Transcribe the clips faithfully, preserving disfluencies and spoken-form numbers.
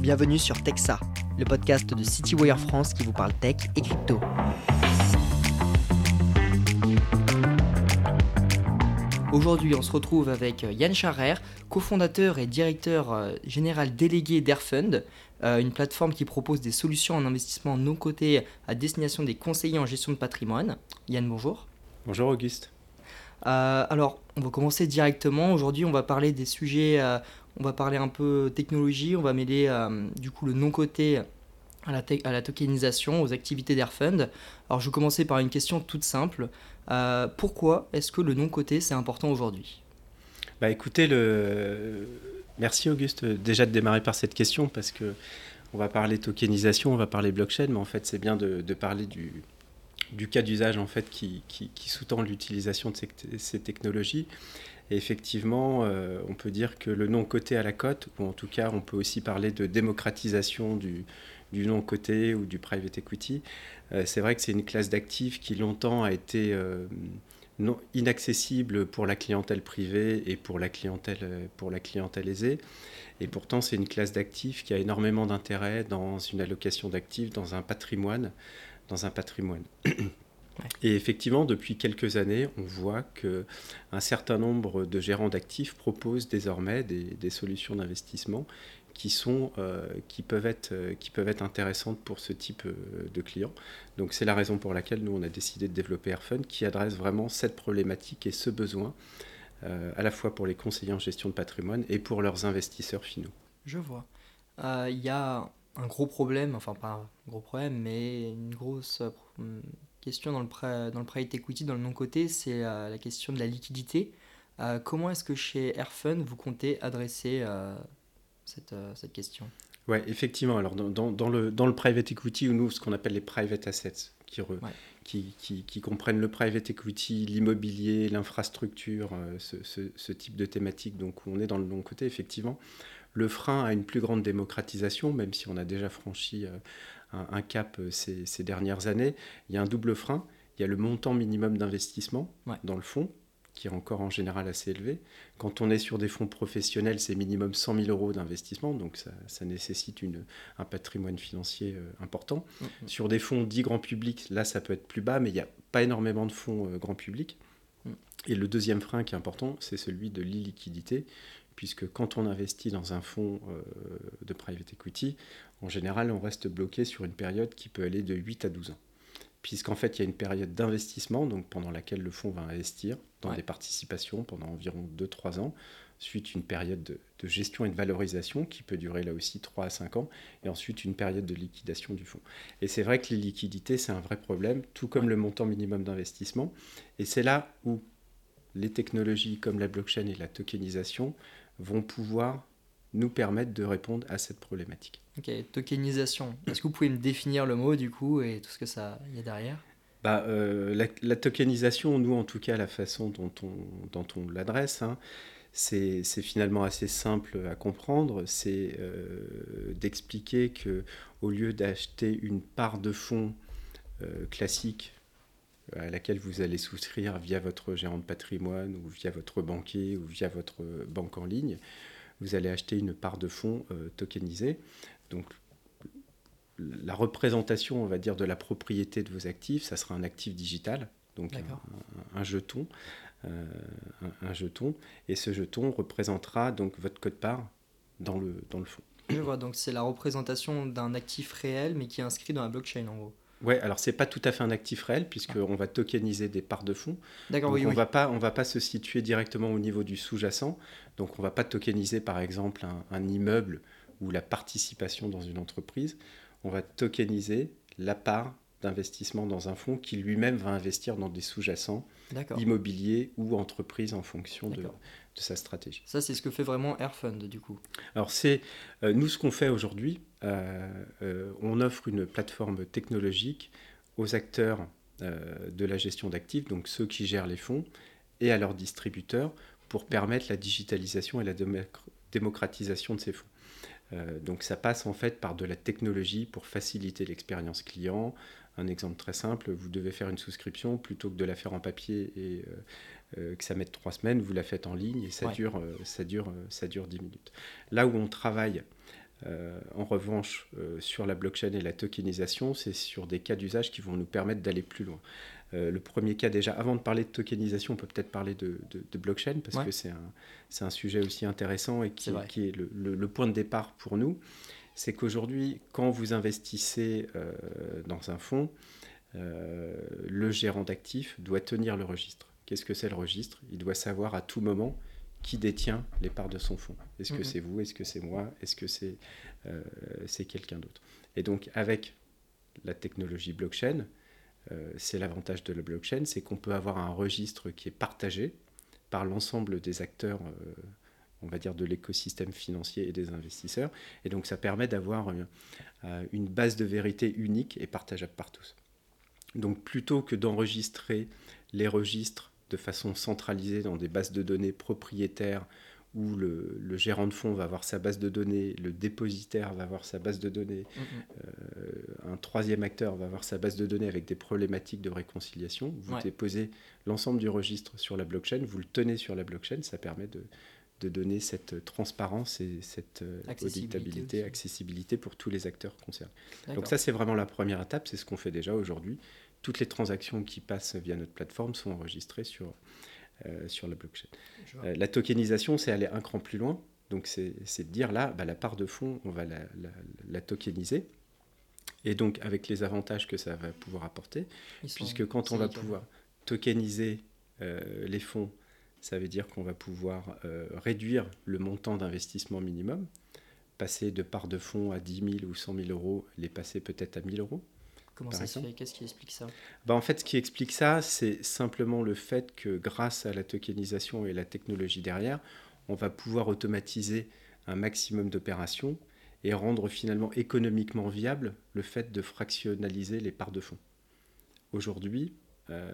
Bienvenue sur Texa, le podcast de Citywire France qui vous parle tech et crypto. Aujourd'hui, on se retrouve avec Yann Scharrer, cofondateur et directeur général délégué d'Airfund, une plateforme qui propose des solutions en investissement non coté à destination des conseillers en gestion de patrimoine. Yann, bonjour. Bonjour Auguste. Euh, alors, on va commencer directement. Aujourd'hui, on va parler des sujets, euh, on va parler un peu technologie, on va mêler euh, du coup le non-coté à la, te- à la tokenisation, aux activités d'Airfund. Alors, je vais commencer par une question toute simple. Euh, pourquoi est-ce que le non-coté, c'est important aujourd'hui ? Bah écoutez, le... merci Auguste déjà de démarrer par cette question parce que on va parler tokenisation, on va parler blockchain, mais en fait c'est bien de, de parler du, du cas d'usage en fait qui, qui, qui sous-tend l'utilisation de ces, ces technologies. Et effectivement, euh, on peut dire que le non-coté à la cote, ou en tout cas on peut aussi parler de démocratisation du, du non-coté ou du private equity, euh, c'est vrai que c'est une classe d'actifs qui longtemps a été euh, non, inaccessible pour la clientèle privée et pour la clientèle, pour la clientèle aisée. Et pourtant, c'est une classe d'actifs qui a énormément d'intérêt dans une allocation d'actifs, dans un patrimoine, dans un patrimoine. Et effectivement, depuis quelques années, on voit qu'un certain nombre de gérants d'actifs proposent désormais des, des solutions d'investissement qui, sont, euh, qui, peuvent être, qui peuvent être intéressantes pour ce type de clients. Donc c'est la raison pour laquelle nous, on a décidé de développer Airfund, qui adresse vraiment cette problématique et ce besoin, euh, à la fois pour les conseillers en gestion de patrimoine et pour leurs investisseurs finaux. Je vois. Il euh, y a un gros problème, enfin pas un gros problème, mais une grosse euh, question dans le, pri- dans le private equity, dans le non-coté, c'est euh, la question de la liquidité. Euh, comment est-ce que chez Airfund, vous comptez adresser euh, cette, euh, cette question ? Oui, effectivement. Alors, dans, dans, dans, le, dans le private equity, ou nous, ce qu'on appelle les private assets, qui, re, ouais. qui, qui, qui comprennent le private equity, l'immobilier, l'infrastructure, euh, ce, ce, ce type de thématique, donc où on est dans le non-côté, effectivement, le frein a une plus grande démocratisation, même si on a déjà franchi euh, un, un cap euh, ces, ces dernières années. Il y a un double frein. Il y a le montant minimum d'investissement ouais. dans le fonds, qui est encore en général assez élevé. Quand on est sur des fonds professionnels, c'est minimum cent mille euros d'investissement, donc ça, ça nécessite une, un patrimoine financier euh, important. Mmh. Sur des fonds dits grand public, là, ça peut être plus bas, mais il n'y a pas énormément de fonds euh, grand public. Mmh. Et le deuxième frein qui est important, c'est celui de l'illiquidité, puisque quand on investit dans un fonds euh, de private equity, en général, on reste bloqué sur une période qui peut aller de huit à douze ans. Puisqu'en fait, il y a une période d'investissement, donc pendant laquelle le fonds va investir dans ouais. des participations pendant environ deux à trois ans, ensuite une période de, de gestion et de valorisation qui peut durer là aussi trois à cinq ans, et ensuite une période de liquidation du fonds. Et c'est vrai que les liquidités, c'est un vrai problème, tout comme ouais. le montant minimum d'investissement, et c'est là où les technologies comme la blockchain et la tokenisation vont pouvoir nous permettre de répondre à cette problématique. Ok, tokenisation. Est-ce que vous pouvez me définir le mot du coup et tout ce que ça y a derrière ? Bah, euh, la, la tokenisation, nous en tout cas, la façon dont on, dont on l'adresse, hein, c'est, c'est finalement assez simple à comprendre. C'est euh, d'expliquer qu'au lieu d'acheter une part de fonds euh, classique à laquelle vous allez souscrire via votre gérant de patrimoine ou via votre banquier ou via votre banque en ligne, vous allez acheter une part de fonds euh, tokenisée. Donc, la représentation, on va dire, de la propriété de vos actifs, ça sera un actif digital, donc un, un, un jeton, euh, un, un jeton, et ce jeton représentera donc votre quote-part dans le, dans le fonds. Je vois, donc c'est la représentation d'un actif réel, mais qui est inscrit dans la blockchain, en gros. Ouais, alors c'est pas tout à fait un actif réel, puisqu'on ah. va tokeniser des parts de fonds. D'accord, donc oui, on oui. va pas, on va pas se situer directement au niveau du sous-jacent, donc on va pas tokeniser, par exemple, un, un immeuble ou la participation dans une entreprise. On va tokeniser la part d'investissement dans un fonds qui lui-même va investir dans des sous-jacents D'accord. immobiliers ou entreprises en fonction de, de sa stratégie. Ça, c'est ce que fait vraiment Airfund, du coup. Alors, c'est euh, nous, ce qu'on fait aujourd'hui, euh, euh, on offre une plateforme technologique aux acteurs euh, de la gestion d'actifs, donc ceux qui gèrent les fonds, et à leurs distributeurs pour permettre la digitalisation et la démocratisation de ces fonds. Euh, donc ça passe en fait par de la technologie pour faciliter l'expérience client. Un exemple très simple, vous devez faire une souscription, plutôt que de la faire en papier et euh, euh, que ça mette trois semaines, vous la faites en ligne et ça, ouais. dure, euh, ça, dure, euh, ça dure dix minutes. Là où on travaille Euh, en revanche, euh, sur la blockchain et la tokenisation, c'est sur des cas d'usage qui vont nous permettre d'aller plus loin. Euh, le premier cas, déjà, avant de parler de tokenisation, on peut peut-être parler de, de, de blockchain, parce ouais. que c'est un, c'est un sujet aussi intéressant et qui, qui est le, le, le point de départ pour nous. C'est qu'aujourd'hui, quand vous investissez euh, dans un fonds, euh, le gérant d'actifs doit tenir le registre. Qu'est-ce que c'est le registre ? Il doit savoir à tout moment qui détient les parts de son fonds. Est-ce que mmh. c'est vous ? Est-ce que c'est moi ? Est-ce que c'est, euh, c'est quelqu'un d'autre ? Et donc, avec la technologie blockchain, euh, c'est l'avantage de la blockchain, c'est qu'on peut avoir un registre qui est partagé par l'ensemble des acteurs, euh, on va dire, de l'écosystème financier et des investisseurs. Et donc, ça permet d'avoir une, une base de vérité unique et partageable par tous. Donc, plutôt que d'enregistrer les registres de façon centralisée dans des bases de données propriétaires où le, le gérant de fonds va avoir sa base de données, le dépositaire va avoir sa base de données, mmh. euh, un troisième acteur va avoir sa base de données avec des problématiques de réconciliation. Vous ouais. déposez l'ensemble du registre sur la blockchain, vous le tenez sur la blockchain, ça permet de, de donner cette transparence et cette accessibilité auditabilité, aussi. accessibilité pour tous les acteurs concernés. D'accord. Donc ça, c'est vraiment la première étape, c'est ce qu'on fait déjà aujourd'hui. Toutes les transactions qui passent via notre plateforme sont enregistrées sur, euh, sur la blockchain. Euh, la tokenisation, c'est aller un cran plus loin. Donc, c'est, c'est de dire là, bah, la part de fonds, on va la, la, la tokeniser. Et donc, avec les avantages que ça va pouvoir apporter, Ils puisque quand on va pouvoir tokeniser euh, les fonds, ça veut dire qu'on va pouvoir euh, réduire le montant d'investissement minimum, passer de part de fonds à dix mille ou cent mille euros, les passer peut-être à mille euros. Comment ça se fait ? Qu'est-ce qui explique ça ? Ben, en fait, ce qui explique ça, c'est simplement le fait que grâce à la tokenisation et la technologie derrière, on va pouvoir automatiser un maximum d'opérations et rendre finalement économiquement viable le fait de fractionnaliser les parts de fonds. Aujourd'hui, euh,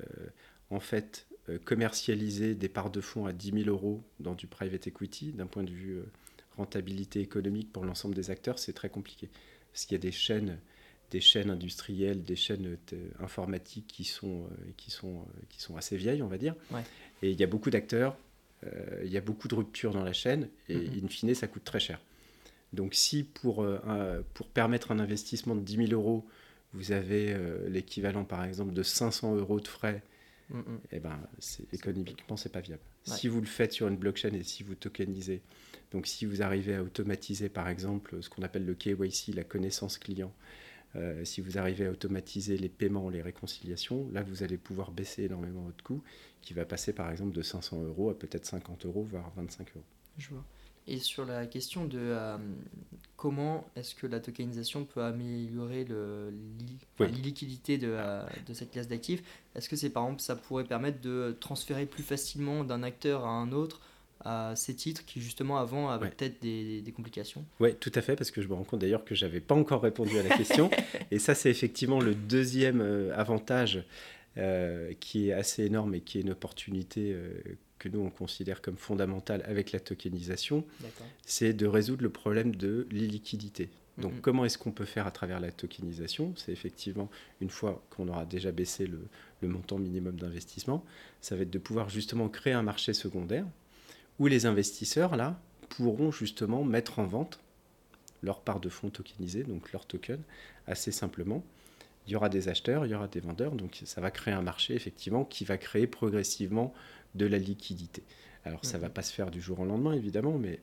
en fait, euh, commercialiser des parts de fonds à dix mille euros dans du private equity, d'un point de vue euh, rentabilité économique pour l'ensemble des acteurs, c'est très compliqué. Parce qu'il y a des chaînes... des chaînes industrielles, des chaînes informatiques qui sont, euh, qui, sont, euh, qui sont assez vieilles, on va dire. Ouais. Et il y a beaucoup d'acteurs, euh, il y a beaucoup de ruptures dans la chaîne, et mm-hmm. in fine, ça coûte très cher. Donc si pour, euh, un, pour permettre un investissement de dix mille euros, vous avez euh, l'équivalent, par exemple, de cinq cents euros de frais, mm-hmm. eh ben, c'est, économiquement, ce n'est pas viable. Ouais. Si vous le faites sur une blockchain et si vous tokenisez, donc si vous arrivez à automatiser, par exemple, ce qu'on appelle le K Y C, la connaissance client, Euh, si vous arrivez à automatiser les paiements, les réconciliations, là vous allez pouvoir baisser énormément votre coût, qui va passer par exemple de cinq cents euros à peut-être cinquante euros, voire vingt-cinq euros. Je vois. Et sur la question de euh, comment est-ce que la tokenisation peut améliorer le, l'il, oui. enfin, l'illiquidité de, euh, de cette classe d'actifs, est-ce que c'est par exemple ça pourrait permettre de transférer plus facilement d'un acteur à un autre à ces titres qui justement avant avaient ouais. peut-être des, des complications ? Oui, tout à fait, parce que je me rends compte d'ailleurs que je n'avais pas encore répondu à la question. Et ça, c'est effectivement le deuxième euh, avantage euh, qui est assez énorme et qui est une opportunité euh, que nous, on considère comme fondamentale avec la tokenisation. D'accord. C'est de résoudre le problème de l'illiquidité. Donc, mm-hmm. comment est-ce qu'on peut faire à travers la tokenisation ? C'est effectivement, une fois qu'on aura déjà baissé le, le montant minimum d'investissement, ça va être de pouvoir justement créer un marché secondaire où les investisseurs, là, pourront justement mettre en vente leur part de fonds tokenisés, donc leur token, assez simplement. Il y aura des acheteurs, il y aura des vendeurs, donc ça va créer un marché, effectivement, qui va créer progressivement de la liquidité. Alors, ça ne va pas se faire du jour au lendemain, évidemment, mais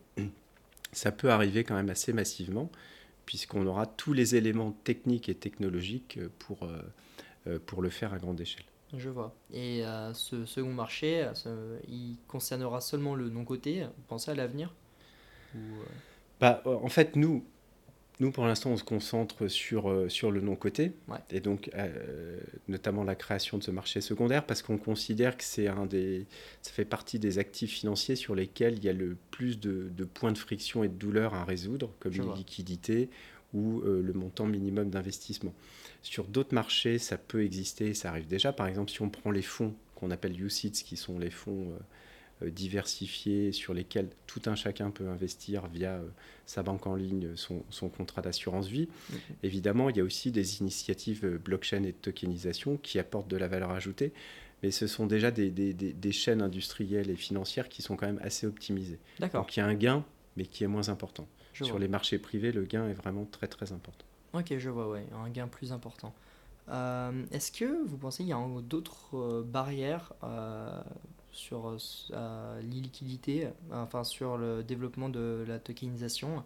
ça peut arriver quand même assez massivement, puisqu'on aura tous les éléments techniques et technologiques pour, euh, pour le faire à grande échelle. Je vois. Et euh, ce second marché, ce, il concernera seulement le non-coté. Vous pensez à l'avenir ? Ou, euh... bah, en fait, nous, nous, pour l'instant, on se concentre sur, euh, sur le non-coté, ouais. et donc euh, notamment la création de ce marché secondaire, parce qu'on considère que c'est un des, ça fait partie des actifs financiers sur lesquels il y a le plus de, de points de friction et de douleur à résoudre, comme les liquidités ou euh, le montant minimum d'investissement. Sur d'autres marchés, ça peut exister, ça arrive déjà. Par exemple, si on prend les fonds qu'on appelle U C I T S, qui sont les fonds euh, diversifiés sur lesquels tout un chacun peut investir via euh, sa banque en ligne, son, son contrat d'assurance vie. Mm-hmm. Évidemment, il y a aussi des initiatives blockchain et de tokenisation qui apportent de la valeur ajoutée, mais ce sont déjà des, des, des, des chaînes industrielles et financières qui sont quand même assez optimisées. D'accord. Donc il y a un gain, mais qui est moins important. Je Sur vois. les marchés privés, le gain est vraiment très très important. Ok, je vois, ouais, un gain plus important. Euh, est-ce que vous pensez qu'il y a un- d'autres euh, barrières euh, sur euh, l'illiquidité, euh, enfin sur le développement de la tokenisation,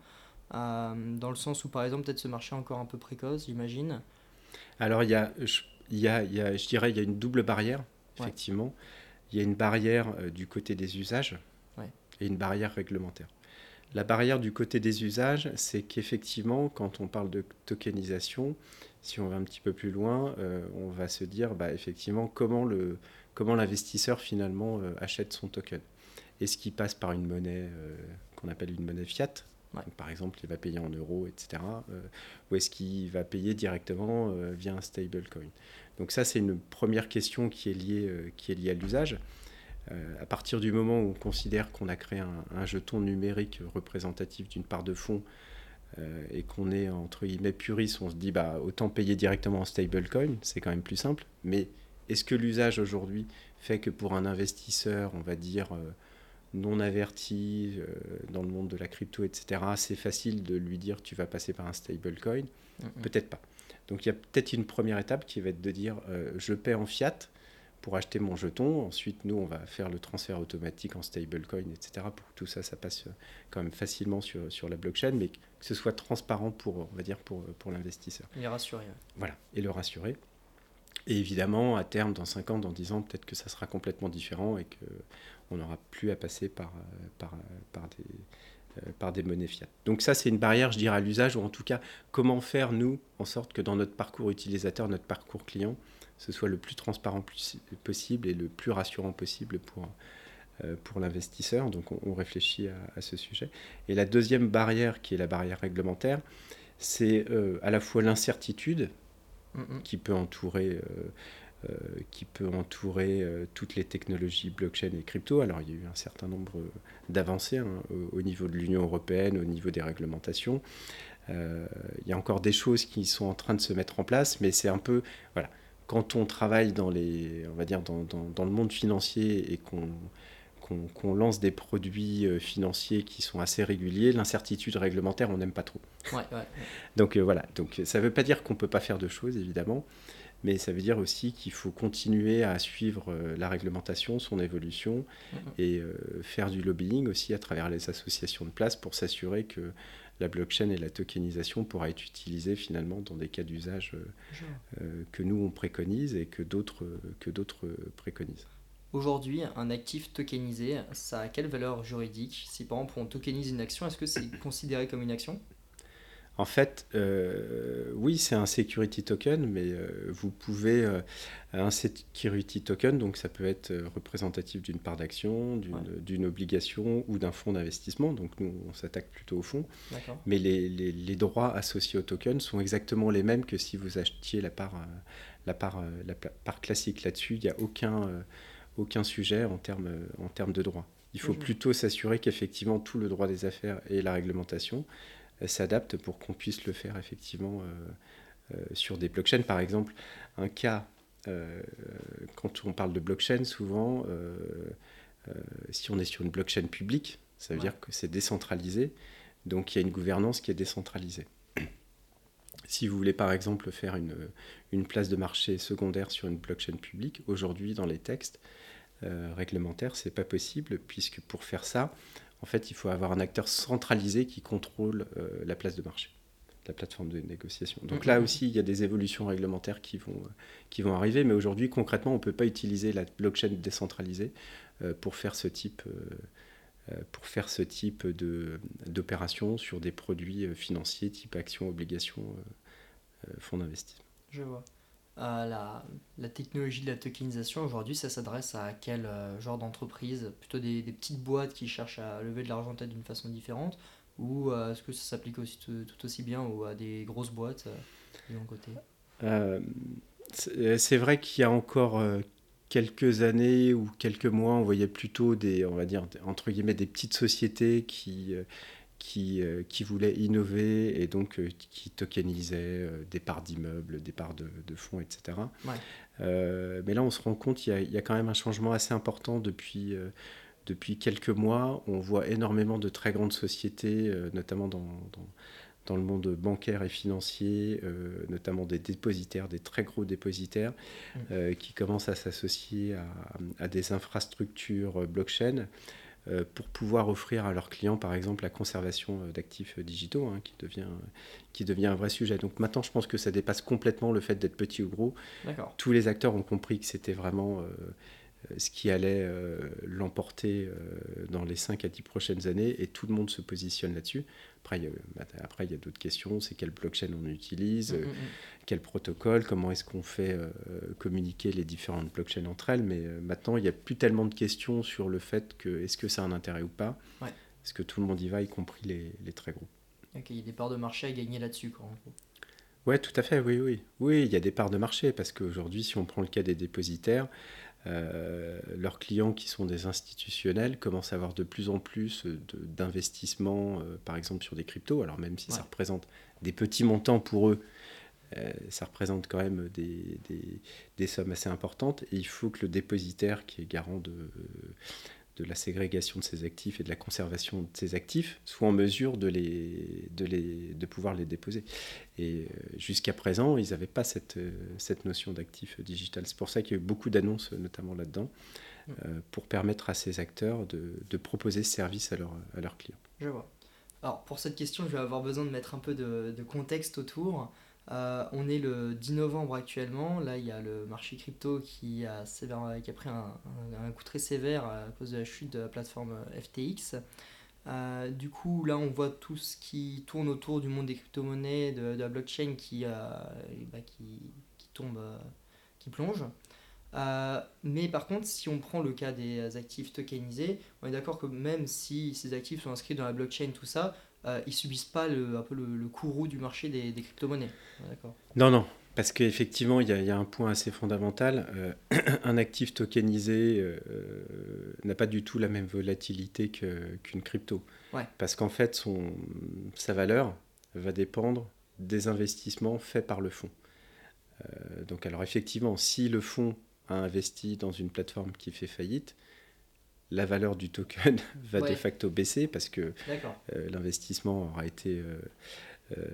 euh, dans le sens où par exemple peut-être ce marché est encore un peu précoce, j'imagine. Alors, il y a, je, il y a, il y a, je dirais, il y a une double barrière, Ouais, effectivement. Il y a une barrière euh, du côté des usages ouais, et une barrière réglementaire. La barrière du côté des usages, c'est qu'effectivement, quand on parle de tokenisation, si on va un petit peu plus loin, euh, on va se dire, bah, effectivement, comment, le, comment l'investisseur finalement euh, achète son token. Est-ce qu'il passe par une monnaie euh, qu'on appelle une monnaie fiat? ouais. Donc, par exemple, il va payer en euros, et cetera. Euh, ou est-ce qu'il va payer directement euh, via un stablecoin? Donc ça, c'est une première question qui est liée, euh, qui est liée à l'usage. Euh, à partir du moment où on considère qu'on a créé un, un jeton numérique représentatif d'une part de fonds euh, et qu'on est entre guillemets puriste, on se dit bah, autant payer directement en stablecoin, c'est quand même plus simple. Mais est-ce que l'usage aujourd'hui fait que pour un investisseur, on va dire euh, non averti euh, dans le monde de la crypto, et cetera, c'est facile de lui dire tu vas passer par un stablecoin? Mm-mm. Peut-être pas. Donc il y a peut-être une première étape qui va être de dire euh, je paie en fiat pour acheter mon jeton. Ensuite, nous, on va faire le transfert automatique en stablecoin, et cetera. Pour que tout ça, ça passe quand même facilement sur, sur la blockchain, mais que ce soit transparent pour, on va dire, pour, pour l'investisseur. Il est rassuré. Ouais. Voilà, et le rassurer. Et évidemment, à terme, dans cinq ans, dans dix ans, peut-être que ça sera complètement différent et qu'on n'aura plus à passer par, par, par des, par des monnaies fiat. Donc ça, c'est une barrière, je dirais, à l'usage, ou en tout cas, comment faire, nous, en sorte que dans notre parcours utilisateur, notre parcours client, ce soit le plus transparent possible et le plus rassurant possible pour, euh, pour l'investisseur. Donc on, on réfléchit à, à ce sujet. Et la deuxième barrière, qui est la barrière réglementaire, c'est euh, à la fois l'incertitude Mm-mm. qui peut entourer... Euh, Euh, qui peut entourer euh, toutes les technologies blockchain et crypto. Alors il y a eu un certain nombre d'avancées hein, au, au niveau de l'Union européenne, au niveau des réglementations. Euh, il y a encore des choses qui sont en train de se mettre en place, mais c'est un peu... Voilà, quand on travaille dans, les, on va dire dans, dans, dans le monde financier et qu'on qu'on, qu'on lance des produits financiers qui sont assez réguliers, l'incertitude réglementaire, on n'aime pas trop. Ouais, ouais, ouais. Donc euh, voilà, donc, ça ne veut pas dire qu'on ne peut pas faire de choses, évidemment, mais ça veut dire aussi qu'il faut continuer à suivre euh, la réglementation, son évolution, Mm-mm. et euh, faire du lobbying aussi à travers les associations de place pour s'assurer que la blockchain et la tokenisation pourra être utilisée finalement dans des cas d'usage euh, euh, que nous on préconise et que d'autres, euh, que d'autres préconisent. Aujourd'hui, un actif tokenisé, ça a quelle valeur juridique? Si par exemple on tokenise une action, est-ce que c'est considéré comme une action? En fait, euh, oui, c'est un security token, mais euh, vous pouvez euh, un security token, donc ça peut être représentatif d'une part d'action, d'une, Ouais. d'une obligation ou d'un fonds d'investissement. Donc nous, on s'attaque plutôt au fonds. D'accord. Mais les, les, les droits associés au token sont exactement les mêmes que si vous achetiez la part, euh, la part, euh, la part classique. Là-dessus, il n'y a aucun, euh, aucun sujet en termes, en termes de droit. Il faut Je- plutôt s'assurer qu'effectivement tout le droit des affaires et la réglementation s'adapte pour qu'on puisse le faire effectivement euh, euh, sur des blockchains. Par exemple, un cas, euh, quand on parle de blockchain, souvent, euh, euh, si on est sur une blockchain publique, ça veut Ouais. dire que c'est décentralisé, donc il y a une gouvernance qui est décentralisée. Si vous voulez par exemple faire une, une place de marché secondaire sur une blockchain publique, aujourd'hui dans les textes euh, réglementaires, c'est pas possible, puisque pour faire ça, en fait, il faut avoir un acteur centralisé qui contrôle euh, la place de marché, la plateforme de négociation. Donc Mm, là mm, aussi, il y a des évolutions réglementaires qui vont, euh, qui vont arriver, mais aujourd'hui, concrètement, on ne peut pas utiliser la blockchain décentralisée euh, pour faire ce type, euh, pour faire ce type de, d'opération sur des produits financiers type actions, obligations, euh, fonds d'investissement. Je vois. Euh, la, la technologie de la tokenisation aujourd'hui, ça s'adresse à quel euh, genre d'entreprise? Plutôt des, des petites boîtes qui cherchent à lever de l'argent peut-être d'une façon différente? Ou euh, est-ce que ça s'applique aussi tout, tout aussi bien ou à des grosses boîtes euh, de mon côté? Euh, c'est, c'est vrai qu'il y a encore euh, quelques années ou quelques mois, on voyait plutôt des, on va dire, entre guillemets, des petites sociétés qui, euh, qui, euh, qui voulaient innover et donc euh, qui tokenisaient euh, des parts d'immeubles, des parts de, de fonds, et cetera. Ouais. Euh, mais là, on se rend compte qu'il y a, il y a quand même un changement assez important depuis, euh, depuis quelques mois, on voit énormément de très grandes sociétés, euh, notamment dans, dans, dans le monde bancaire et financier, euh, notamment des dépositaires, des très gros dépositaires, mmh. euh, qui commencent à s'associer à, à des infrastructures blockchain euh, pour pouvoir offrir à leurs clients, par exemple, la conservation d'actifs digitaux, hein, qui devient, qui devient un vrai sujet. Donc maintenant, je pense que ça dépasse complètement le fait d'être petit ou gros. D'accord. Tous les acteurs ont compris que c'était vraiment euh, ce qui allait euh, l'emporter euh, dans les cinq à dix prochaines années, et tout le monde se positionne là-dessus. Après, il y a, après, il y a d'autres questions, c'est quelle blockchain on utilise, mmh, euh, quel protocole, comment est-ce qu'on fait euh, communiquer les différentes blockchains entre elles, mais euh, maintenant, il n'y a plus tellement de questions sur le fait que est-ce que ça a un intérêt ou pas, ouais. Parce que tout le monde y va, y compris les, les très gros. Ok, il y a des parts de marché à gagner là-dessus, quoi, en gros. Oui, tout à fait, oui, oui. Oui, il y a des parts de marché, parce qu'aujourd'hui, si on prend le cas des dépositaires, Euh, leurs clients qui sont des institutionnels commencent à avoir de plus en plus de, d'investissements, euh, par exemple sur des cryptos. Alors même si ouais. ça représente des petits montants pour eux, euh, ça représente quand même des, des, des sommes assez importantes. Et il faut que le dépositaire, qui est garant de, de la ségrégation de ses actifs et de la conservation de ses actifs, soit en mesure de, les, de, les, de pouvoir les déposer. Et jusqu'à présent, ils n'avaient pas cette, cette notion d'actif digital. C'est pour ça qu'il y a eu beaucoup d'annonces, notamment là-dedans, euh, pour permettre à ces acteurs de, de proposer ce service à, leur, à leurs clients. Je vois. Alors, pour cette question, je vais avoir besoin de mettre un peu de, de contexte autour. Euh, on est le dix novembre actuellement. Là, il y a le marché crypto qui a, sévère, qui a pris un, un, un coup très sévère à cause de la chute de la plateforme F T X. Euh, du coup, là, on voit tout ce qui tourne autour du monde des crypto-monnaies, de, de la blockchain qui, euh, bah, qui, qui tombe, euh, qui plonge. Euh, mais par contre, si on prend le cas des actifs tokenisés, on est d'accord que même si ces actifs sont inscrits dans la blockchain, tout ça, euh, ils subissent pas le, un peu le, le courroux du marché des, des crypto-monnaies. D'accord. Non, non, parce qu'effectivement, il y, y a un point assez fondamental. Euh, un actif tokenisé euh, n'a pas du tout la même volatilité que, qu'une crypto. Ouais. Parce qu'en fait, son, sa valeur va dépendre des investissements faits par le fonds. Euh, donc, alors effectivement, si le fonds a investi dans une plateforme qui fait faillite, la valeur du token va ouais. de facto baisser parce que euh, l'investissement aura été... Euh, euh,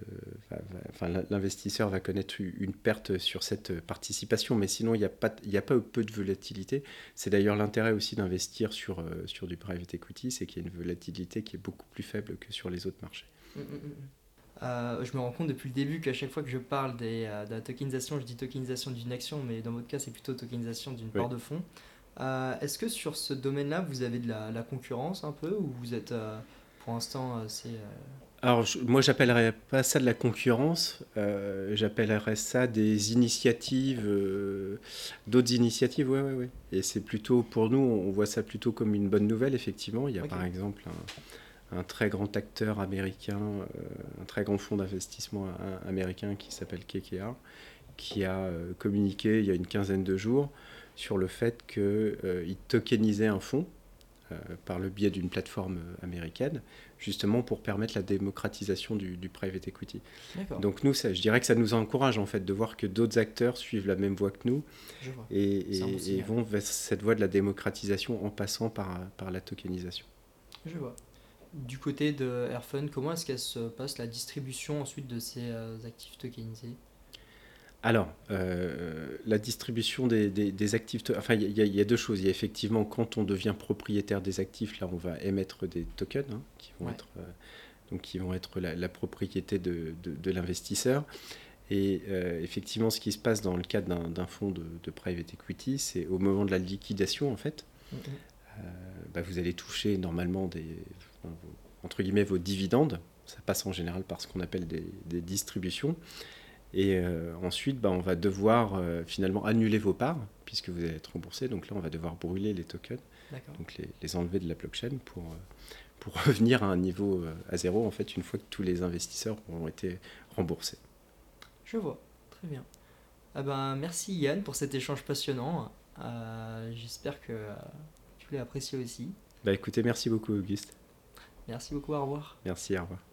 enfin, l'investisseur va connaître une perte sur cette participation, mais sinon il n'y a, a pas peu de volatilité. C'est d'ailleurs l'intérêt aussi d'investir sur, euh, sur du private equity, c'est qu'il y a une volatilité qui est beaucoup plus faible que sur les autres marchés. Mmh, mmh. Euh, je me rends compte depuis le début qu'à chaque fois que je parle des, euh, de la tokenisation, je dis tokenisation d'une action, mais dans votre cas c'est plutôt tokenisation d'une oui. part de fonds. Euh, est-ce que sur ce domaine-là, vous avez de la, la concurrence un peu, ou vous êtes euh, pour l'instant assez... Euh... Alors, je, moi, j'appellerais pas ça de la concurrence, euh, j'appellerais ça des initiatives, euh, d'autres initiatives, ouais, ouais, ouais. Et c'est plutôt, pour nous, on voit ça plutôt comme une bonne nouvelle, effectivement. Il y a okay. par exemple un, un très grand acteur américain, euh, un très grand fonds d'investissement un, américain qui s'appelle K K R, qui a euh, communiqué il y a une quinzaine de jours sur le fait qu'il euh, tokenisait un fonds euh, par le biais d'une plateforme américaine, justement pour permettre la démocratisation du, du private equity. D'accord. Donc nous, ça, je dirais que ça nous encourage en fait de voir que d'autres acteurs suivent la même voie que nous et, et, bon et vont vers cette voie de la démocratisation en passant par, par la tokenisation. Je vois. Du côté de Airfund, comment est-ce qu'elle se passe la distribution ensuite de ces euh, actifs tokenisés ? Alors, euh, la distribution des, des, des actifs, to- enfin, il y, y a deux choses. Il y a effectivement, quand on devient propriétaire des actifs, là, on va émettre des tokens hein, qui vont ouais. être, euh, donc, qui vont être la, la propriété de, de, de l'investisseur. Et euh, effectivement, ce qui se passe dans le cadre d'un, d'un fonds de, de private equity, c'est au moment de la liquidation, en fait, mm-hmm. euh, bah, vous allez toucher normalement des, enfin, vos, entre guillemets, vos dividendes. Ça passe en général par ce qu'on appelle des, des distributions. Et euh, ensuite, bah, on va devoir euh, finalement annuler vos parts, puisque vous allez être remboursé. Donc là, on va devoir brûler les tokens, D'accord. donc les, les enlever de la blockchain pour, euh, pour revenir à un niveau euh, à zéro, en fait, une fois que tous les investisseurs auront été remboursés. Je vois, très bien. Ah ben, merci Yann pour cet échange passionnant. Euh, j'espère que euh, tu l'as apprécié aussi. Bah, écoutez, merci beaucoup Auguste. Merci beaucoup, au revoir. Merci, au revoir.